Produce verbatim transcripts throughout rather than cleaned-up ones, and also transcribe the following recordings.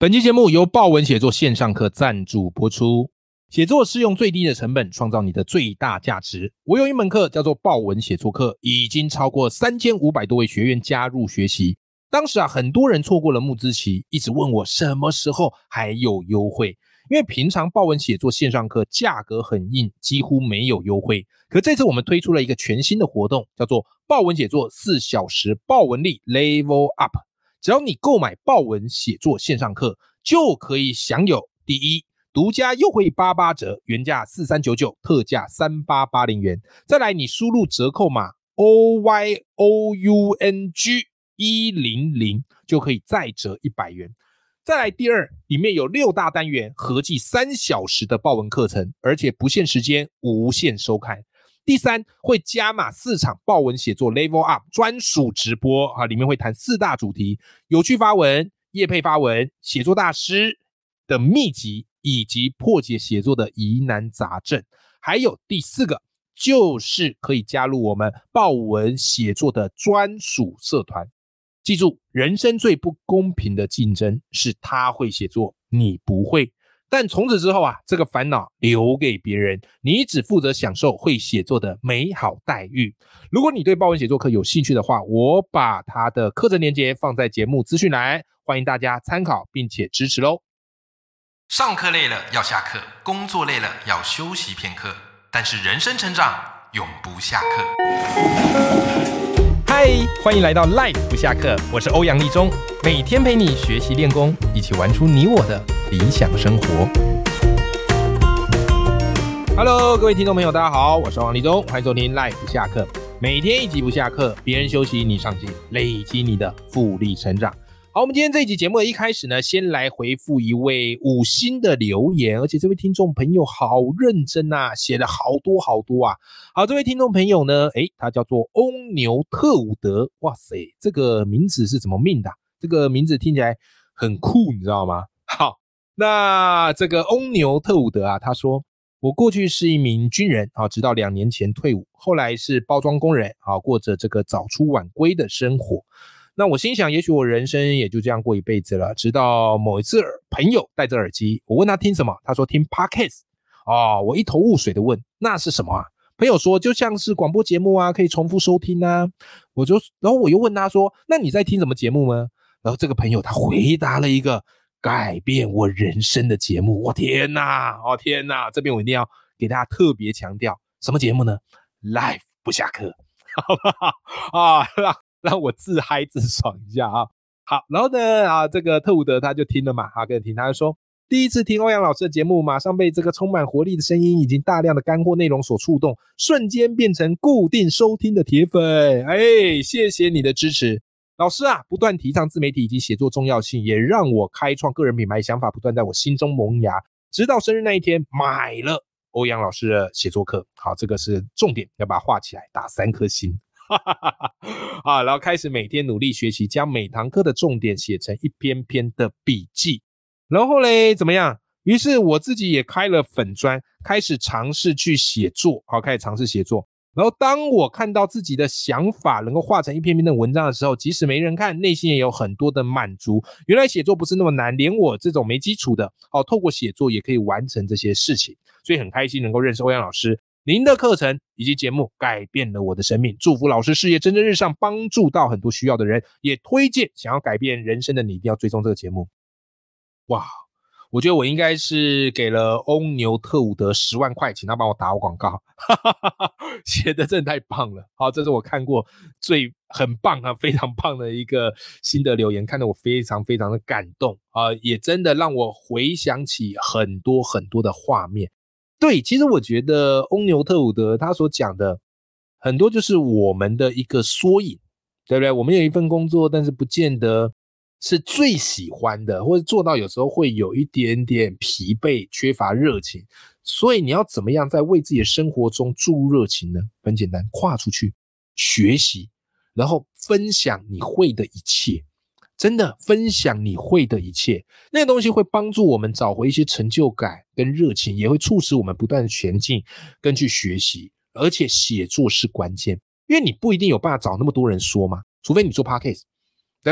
本期节目由爆文写作线上课赞助播出。写作是用最低的成本创造你的最大价值。我有一门课叫做爆文写作课，已经超过三千五百多位学员加入学习。当时啊，很多人错过了募资期，一直问我什么时候还有优惠。因为平常爆文写作线上课价格很硬，几乎没有优惠。可这次我们推出了一个全新的活动，叫做爆文写作四小时爆文力 Level Up。只要你购买爆文写作线上课，就可以享有第一，独家优惠八八折，原价四三九九，特价三八八零元。再来，你输入折扣码 O Y O U N G 一零零 就可以再折一百元。再来第二，里面有六大单元，合计三小时的爆文课程，而且不限时间，无限收看。第三，会加码四场爆文写作 Level Up 专属直播啊，里面会谈四大主题：有趣发文、业配发文、写作大师的秘籍，以及破解写作的疑难杂症。还有第四个，就是可以加入我们爆文写作的专属社团。记住，人生最不公平的竞争是他会写作，你不会。但从此之后啊，这个烦恼留给别人，你只负责享受会写作的美好待遇。如果你对爆文写作课有兴趣的话，我把它的课程连结放在节目资讯栏，欢迎大家参考并且支持咯。 上课累了要下课，工作累了要休息片刻，但是人生成长永不下课。 嗨，欢迎来到 Life 不下课，我是欧阳立中，每天陪你学习练功，一起玩出你我的理想生活。Hello， 各位听众朋友，大家好，我是欧阳立中，欢迎收听 Life 不下课。每天一集不下课，别人休息你上进，累积你的复利成长。好，我们今天这一集节目的一开始呢，先来回复一位五星的留言，而且这位听众朋友好认真啊，写了好多好多啊。好，这位听众朋友呢，诶，他叫做翁牛特伍德，哇塞，这个名字是怎么命的啊？这个名字听起来很酷，你知道吗？好，那这个翁牛特伍德啊，他说，我过去是一名军人，好，直到两年前退伍，后来是包装工人，好，过着这个早出晚归的生活。那我心想，也许我人生也就这样过一辈子了。直到某一次朋友戴着耳机，我问他听什么，他说听 Podcast。哦，我一头雾水的问，那是什么啊？朋友说就像是广播节目啊，可以重复收听啊。我就，然后我又问他说，那你在听什么节目呢？然后这个朋友他回答了一个改变我人生的节目。我天哪，哦天哪，这边我一定要给大家特别强调，什么节目呢？ Life 不下课，好不好啊？让让我自嗨自爽一下啊！好，然后呢啊，这个特伍德他就听了嘛，他跟着听，他就说，第一次听欧阳老师的节目，马上被这个充满活力的声音以及大量的干货内容所触动，瞬间变成固定收听的铁粉。哎，谢谢你的支持，老师啊！不断提倡自媒体以及写作重要性，也让我开创个人品牌想法不断在我心中萌芽，直到生日那一天买了欧阳老师的写作课。好，这个是重点，要把它画起来，打三颗星。啊，然后开始每天努力学习，将每堂课的重点写成一篇篇的笔记。然后嘞，怎么样？于是我自己也开了粉专，开始尝试去写作。好，开始尝试写作。然后当我看到自己的想法能够画成一篇篇的文章的时候，即使没人看，内心也有很多的满足。原来写作不是那么难，连我这种没基础的，哦，透过写作也可以完成这些事情。所以很开心能够认识欧阳老师。您的课程以及节目改变了我的生命，祝福老师事业蒸蒸日上，帮助到很多需要的人，也推荐想要改变人生的你一定要追踪这个节目。哇，我觉得我应该是给了翁牛特伍德十万块，请他帮我打我广告，写的真的太棒了。好，这是我看过最很棒啊，非常棒的一个新的留言，看得我非常非常的感动啊，也真的让我回想起很多很多的画面。对，其实我觉得翁牛特伍德他所讲的很多就是我们的一个缩影，对不对？我们有一份工作，但是不见得是最喜欢的，或者做到有时候会有一点点疲惫，缺乏热情。所以你要怎么样在为自己的生活中注入热情呢？很简单，跨出去学习，然后分享你会的一切。真的分享你会的一切，那个东西会帮助我们找回一些成就感跟热情，也会促使我们不断的前进跟去学习。而且写作是关键，因为你不一定有办法找那么多人说嘛，除非你做 podcast， 对不对？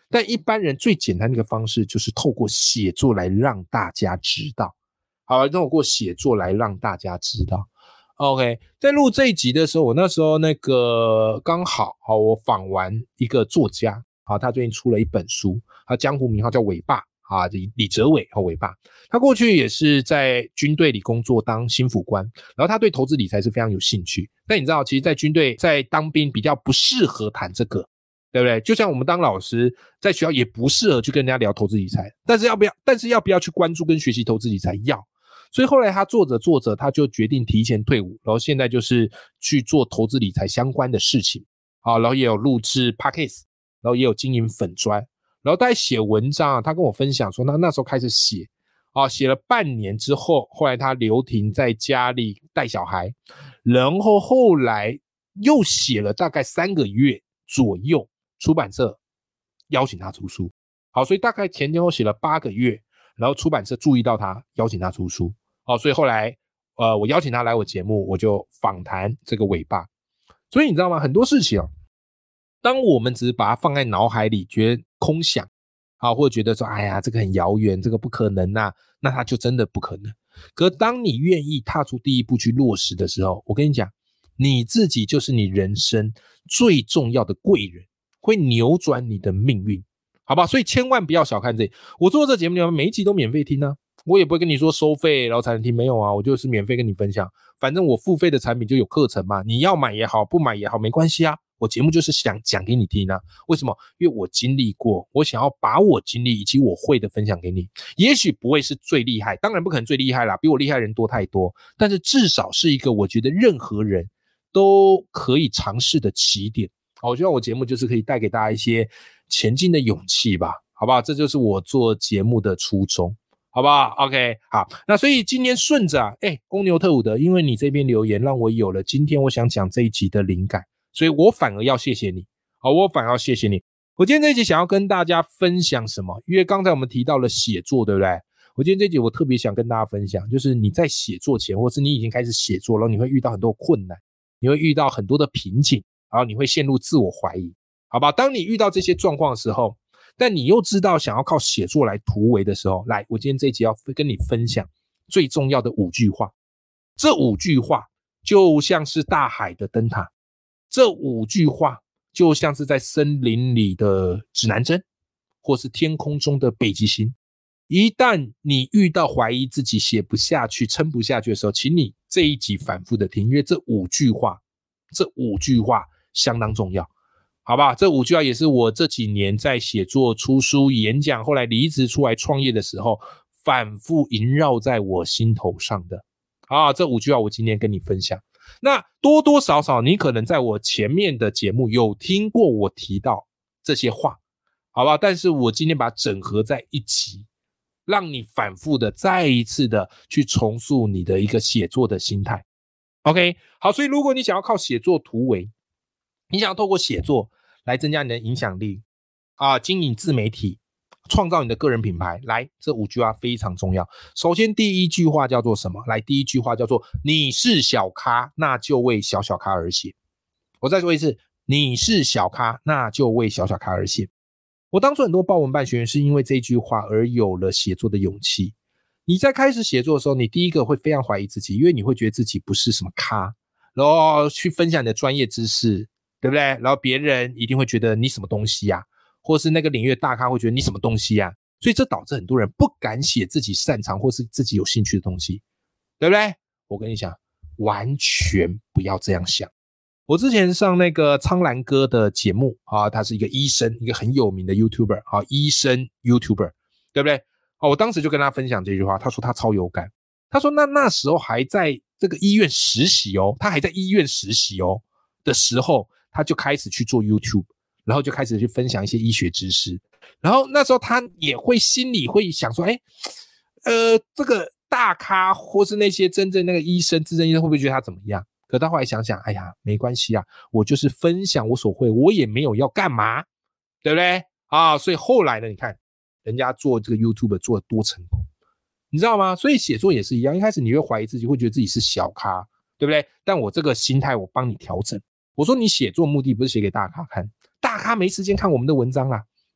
但一般人最简单的一个方式就是透过写作来让大家知道。好，透过写作来让大家知道。OK， 在录这一集的时候，我那时候那个刚好好，我访完一个作家，好，他最近出了一本书，他江湖名号叫伟爸啊，李李哲伟和伟爸。他过去也是在军队里工作当心辅官，然后他对投资理财是非常有兴趣。但你知道，其实在军队在当兵比较不适合谈这个，对不对？就像我们当老师在学校也不适合去跟人家聊投资理财，但是要不要但是要不要去关注跟学习投资理财要。所以后来他做着做着他就决定提前退伍，然后现在就是去做投资理财相关的事情。好，然后也有录制 Podcast， 然后也有经营粉专，然后他在写文章啊，他跟我分享说他那时候开始写啊，写了半年之后，后来他留停在家里带小孩，然后后来又写了大概三个月左右，出版社邀请他出书。好，所以大概前前后写了八个月，然后出版社注意到他，邀请他出书。好，所以后来呃，我邀请他来我节目，我就访谈这个伟爸。所以你知道吗？很多事情啊，当我们只是把它放在脑海里，觉得空想啊，或者觉得说，哎呀，这个很遥远，这个不可能啊，那它就真的不可能。可当你愿意踏出第一步去落实的时候，我跟你讲，你自己就是你人生最重要的贵人，会扭转你的命运，好不好？所以千万不要小看这里。我做这节目，你们每一集都免费听啊，我也不会跟你说收费然后才能听，没有啊，我就是免费跟你分享。反正我付费的产品就有课程嘛，你要买也好，不买也好，没关系啊。我节目就是想讲给你听啊，为什么？因为我经历过，我想要把我经历以及我会的分享给你。也许不会是最厉害，当然不可能最厉害啦，比我厉害的人多太多，但是至少是一个我觉得任何人都可以尝试的起点。好，我希望我节目就是可以带给大家一些前进的勇气吧，好不好？这就是我做节目的初衷，好不好 ？OK， 好，那所以今天顺着啊，哎，公牛特伍德，因为你这边留言让我有了今天我想讲这一集的灵感，所以我反而要谢谢你，好，我反而要谢谢你。我今天这一集想要跟大家分享什么？因为刚才我们提到了写作，对不对？我今天这一集我特别想跟大家分享，就是你在写作前，或是你已经开始写作了，你会遇到很多困难，你会遇到很多的瓶颈，然后你会陷入自我怀疑，好吧？当你遇到这些状况的时候，但你又知道想要靠写作来突围的时候，来，我今天这一集要跟你分享最重要的五句话。这五句话就像是大海的灯塔，这五句话就像是在森林里的指南针，或是天空中的北极星。一旦你遇到怀疑自己写不下去、撑不下去的时候，请你这一集反复的听，因为这五句话，这五句话相当重要。好吧，这五句话也是我这几年在写作、出书、演讲，后来离职出来创业的时候，反复萦绕在我心头上的。啊，这五句话我今天跟你分享。那多多少少你可能在我前面的节目有听过我提到这些话，好吧？但是我今天把它整合在一起，让你反复的再一次的去重塑你的一个写作的心态。OK， 好，所以如果你想要靠写作突围，你想要透过写作来增加你的影响力啊，经营自媒体，创造你的个人品牌，来，这五句话非常重要。首先第一句话叫做什么？来，第一句话叫做你是小咖，那就为小小咖而写。我再说一次，你是小咖，那就为小小咖而写。我当初很多爆文办学员是因为这句话而有了写作的勇气。你在开始写作的时候，你第一个会非常怀疑自己，因为你会觉得自己不是什么咖，然后去分享你的专业知识，对不对？然后别人一定会觉得你什么东西啊，或是那个领域的大咖会觉得你什么东西啊，所以这导致很多人不敢写自己擅长或是自己有兴趣的东西，对不对？我跟你讲，完全不要这样想。我之前上那个苍兰哥的节目啊，他是一个医生，一个很有名的 YouTuber 啊，医生 YouTuber， 对不对？啊，我当时就跟他分享这句话，他说他超有感。他说那那时候还在这个医院实习哦，他还在医院实习哦的时候，他就开始去做 YouTube， 然后就开始去分享一些医学知识。然后那时候他也会心里会想说，哎，呃，这个大咖或是那些真正那个医生、资深医生会不会觉得他怎么样？可他后来想想，哎呀，没关系啊，我就是分享我所会，我也没有要干嘛，对不对？啊，所以后来呢，你看人家做这个 YouTube 做得多成功，你知道吗？所以写作也是一样，一开始你会怀疑自己，会觉得自己是小咖，对不对？但我这个心态我帮你调整，我说你写作目的不是写给大咖看，大咖没时间看我们的文章啦，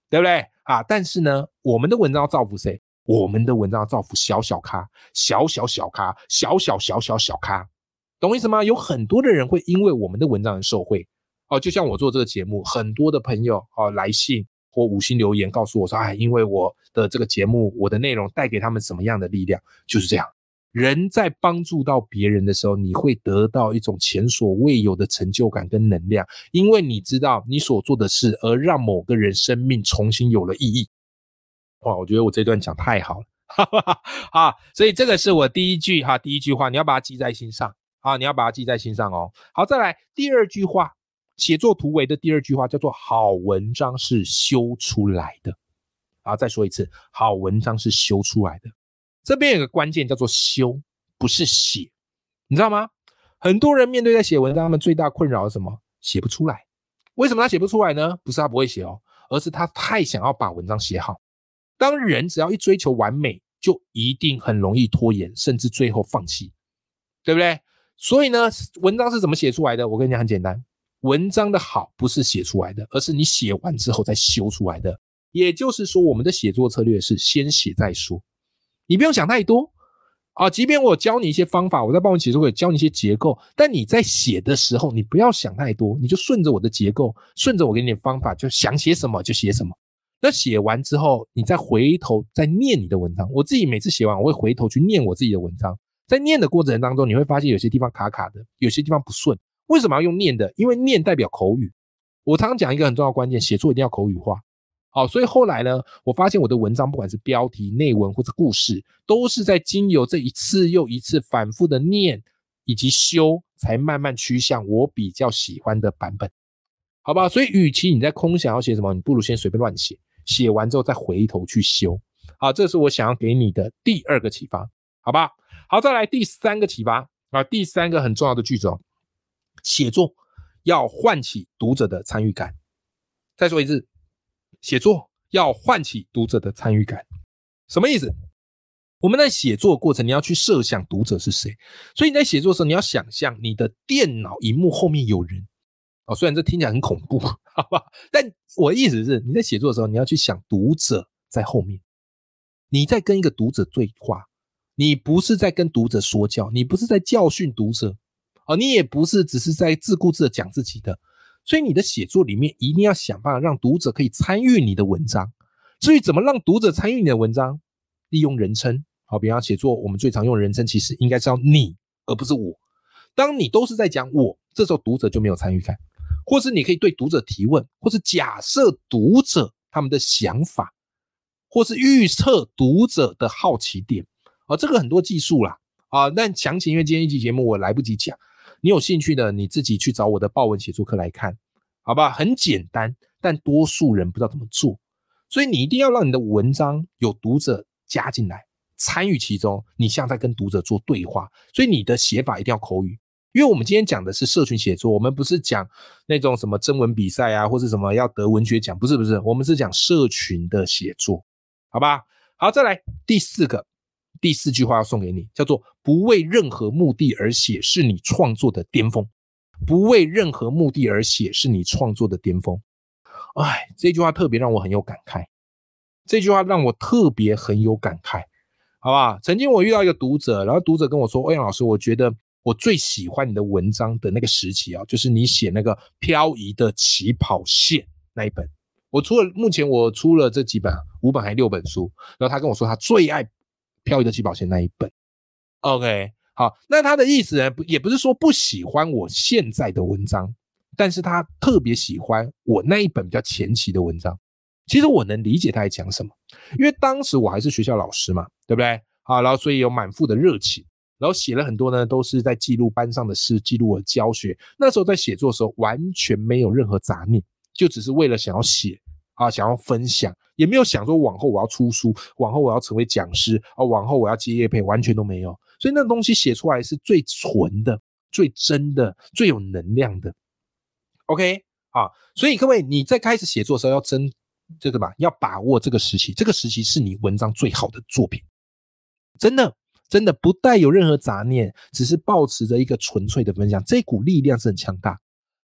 对不对啊？但是呢，我们的文章要造福谁？我们的文章要造福小小咖，小小小咖，小小小小小咖，懂我意思吗？有很多的人会因为我们的文章而受惠哦，就像我做这个节目，很多的朋友哦来信或五星留言告诉我说，哎，因为我的这个节目，我的内容带给他们什么样的力量，就是这样。人在帮助到别人的时候，你会得到一种前所未有的成就感跟能量，因为你知道你所做的事而让某个人生命重新有了意义。哇，我觉得我这段讲太好了，哈哈哈啊！所以这个是我第一句哈，第一句话你要把它记在心上啊，你要把它记在心上哦。好，再来第二句话，写作突围的第二句话叫做好文章是修出来的。啊，再说一次，好文章是修出来的。这边有个关键叫做修，不是写，你知道吗？很多人面对在写文章，他们最大困扰是什么？写不出来。为什么他写不出来呢？不是他不会写哦，而是他太想要把文章写好。当人只要一追求完美，就一定很容易拖延，甚至最后放弃，对不对？所以呢，文章是怎么写出来的？我跟你讲很简单，文章的好不是写出来的，而是你写完之后再修出来的。也就是说，我们的写作策略是先写再说。你不用想太多啊，即便我教你一些方法，我在帮我写作会教你一些结构，但你在写的时候，你不要想太多，你就顺着我的结构，顺着我给你的方法，就想写什么就写什么。那写完之后，你再回头再念你的文章。我自己每次写完，我会回头去念我自己的文章。在念的过程当中，你会发现有些地方卡卡的，有些地方不顺。为什么要用念的？因为念代表口语。我常常讲一个很重要的关键，写作一定要口语化。好，所以后来呢，我发现我的文章不管是标题、内文或者故事，都是在经由这一次又一次反复的念以及修，才慢慢趋向我比较喜欢的版本，好吧？所以与其你在空想要写什么，你不如先随便乱写，写完之后再回头去修。好，这是我想要给你的第二个启发，好吧？好，再来第三个启发啊，第三个很重要的句子哦，写作要唤起读者的参与感。再说一次。写作要唤起读者的参与感，什么意思？我们在写作过程，你要去设想读者是谁，所以你在写作的时候，你要想象你的电脑荧幕后面有人。哦，虽然这听起来很恐怖，好吧？但我的意思是，你在写作的时候，你要去想读者在后面，你在跟一个读者对话，你不是在跟读者说教，你不是在教训读者，哦，你也不是只是在自顾自的讲自己的。所以你的写作里面一定要想办法让读者可以参与你的文章。至于怎么让读者参与你的文章，利用人称。好，比方写作我们最常用的人称其实应该是要你而不是我。当你都是在讲我，这时候读者就没有参与感。或是你可以对读者提问，或是假设读者他们的想法，或是预测读者的好奇点。啊，这个很多技术啦啊，但详情因为今天一集节目我来不及讲。你有兴趣的，你自己去找我的爆文写作课来看，好吧？很简单，但多数人不知道怎么做，所以你一定要让你的文章有读者加进来，参与其中，你像在跟读者做对话，所以你的写法一定要口语。因为我们今天讲的是社群写作，我们不是讲那种什么征文比赛啊，或是什么要得文学奖，不是不是，我们是讲社群的写作，好吧？好，再来第四个。第四句话要送给你，叫做不为任何目的而写是你创作的巅峰。不为任何目的而写是你创作的巅峰。哎，这句话特别让我很有感慨，这句话让我特别很有感慨，好不好？曾经我遇到一个读者，然后读者跟我说，欧阳老师，我觉得我最喜欢你的文章的那个时期啊，就是你写那个漂移的起跑线那一本。我出了，目前我出了这几本，五本还六本书，然后他跟我说他最爱漂移的起跑线那一本。 OK， 好，那他的意思呢，也不是说不喜欢我现在的文章，但是他特别喜欢我那一本比较前期的文章。其实我能理解他在讲什么，因为当时我还是学校老师嘛，对不对？好，然后所以有满腹的热情，然后写了很多呢，都是在记录班上的事，记录我的教学。那时候在写作的时候完全没有任何杂念，就只是为了想要写啊，想要分享，也没有想说往后我要出书，往后我要成为讲师啊，往后我要接业配，完全都没有。所以那东西写出来是最纯的、最真的、最有能量的。OK， 啊，所以各位你在开始写作的时候要真这个吧，要把握这个时期，这个时期是你文章最好的作品，真的真的不带有任何杂念，只是抱持着一个纯粹的分享，这股力量是很强大。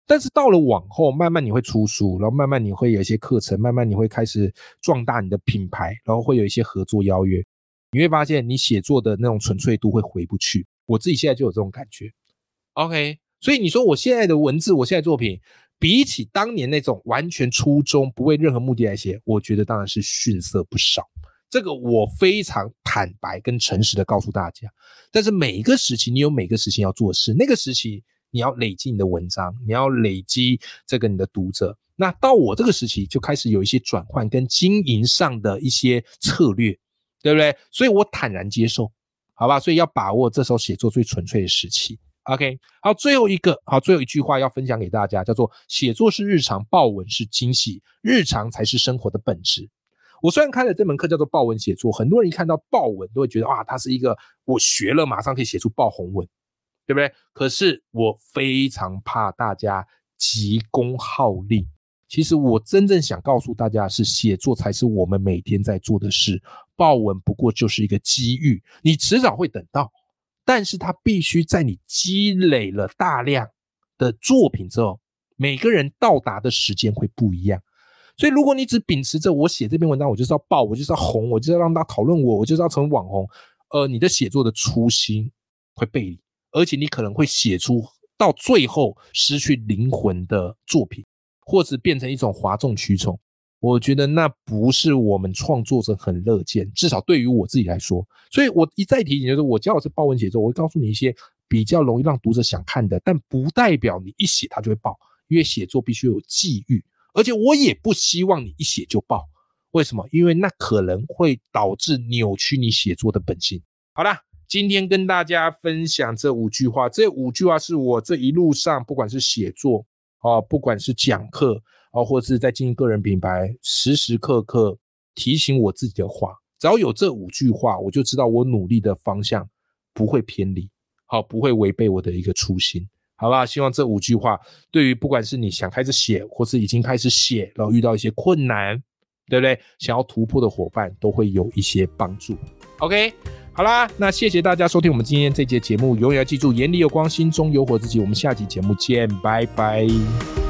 但是到了往后，慢慢你会出书，然后慢慢你会有一些课程，慢慢你会开始壮大你的品牌，然后会有一些合作邀约，你会发现你写作的那种纯粹度会回不去。我自己现在就有这种感觉。OK， 所以你说我现在的文字，我现在作品，比起当年那种完全初衷不为任何目的来写，我觉得当然是逊色不少。这个我非常坦白跟诚实的告诉大家。但是每一个时期你有每个时期要做的事，那个时期你要累积你的文章，你要累积这个你的读者。那到我这个时期就开始有一些转换跟经营上的一些策略，对不对？所以我坦然接受，好吧？所以要把握这时候写作最纯粹的时期。OK， 好，最后一个，好，最后一句话要分享给大家，叫做写作是日常，爆文是惊喜，日常才是生活的本质。我虽然开了这门课叫做爆文写作，很多人一看到爆文都会觉得哇，它是一个我学了马上可以写出爆红文，对不对？可是我非常怕大家急功好利。其实我真正想告诉大家的是，写作才是我们每天在做的事，爆文不过就是一个机遇，你迟早会等到，但是它必须在你积累了大量的作品之后，每个人到达的时间会不一样。所以如果你只秉持着我写这篇文章我就是要爆，我就是要红，我就是要让大家讨论我，我就是要成为网红，呃，你的写作的初心会背离，而且你可能会写出到最后失去灵魂的作品，或者变成一种哗众取宠。我觉得那不是我们创作者很乐见，至少对于我自己来说。所以我一再提醒，就是我教的是爆文写作，我会告诉你一些比较容易让读者想看的，但不代表你一写它就会爆，因为写作必须有际遇，而且我也不希望你一写就爆。为什么？因为那可能会导致扭曲你写作的本性。好啦，今天跟大家分享这五句话，这五句话是我这一路上不管是写作、哦、不管是讲课、哦、或是在经营个人品牌，时时刻刻提醒我自己的话。只要有这五句话，我就知道我努力的方向不会偏离，好，不会违背我的一个初心。好吧，希望这五句话对于不管是你想开始写，或是已经开始写，然后遇到一些困难，对不对？想要突破的伙伴都会有一些帮助。OK， 好啦，那谢谢大家收听我们今天这节节目，永远要记住，眼里有光，心中有火自己。我们下集节目见，拜拜。